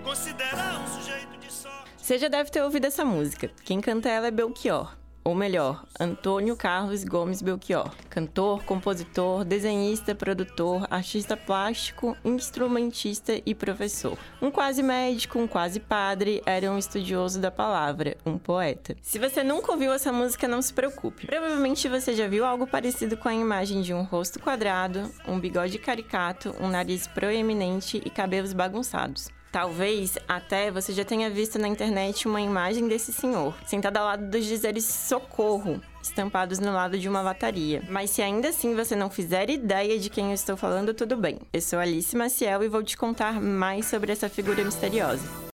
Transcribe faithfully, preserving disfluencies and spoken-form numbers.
considerar um sujeito de sorte. Você já deve ter ouvido essa música. Quem canta ela é Belchior. Ou melhor, Antônio Carlos Gomes Belchior. Cantor, compositor, desenhista, produtor, artista plástico, instrumentista e professor. Um quase médico, um quase padre, era um estudioso da palavra, um poeta. Se você nunca ouviu essa música, não se preocupe. Provavelmente você já viu algo parecido com a imagem de um rosto quadrado, um bigode caricato, um nariz proeminente e cabelos bagunçados. Talvez até você já tenha visto na internet uma imagem desse senhor, sentado ao lado dos dizeres socorro, estampados no lado de uma lataria. Mas se ainda assim você não fizer ideia de quem eu estou falando, tudo bem. Eu sou Alice Maciel e vou te contar mais sobre essa figura misteriosa.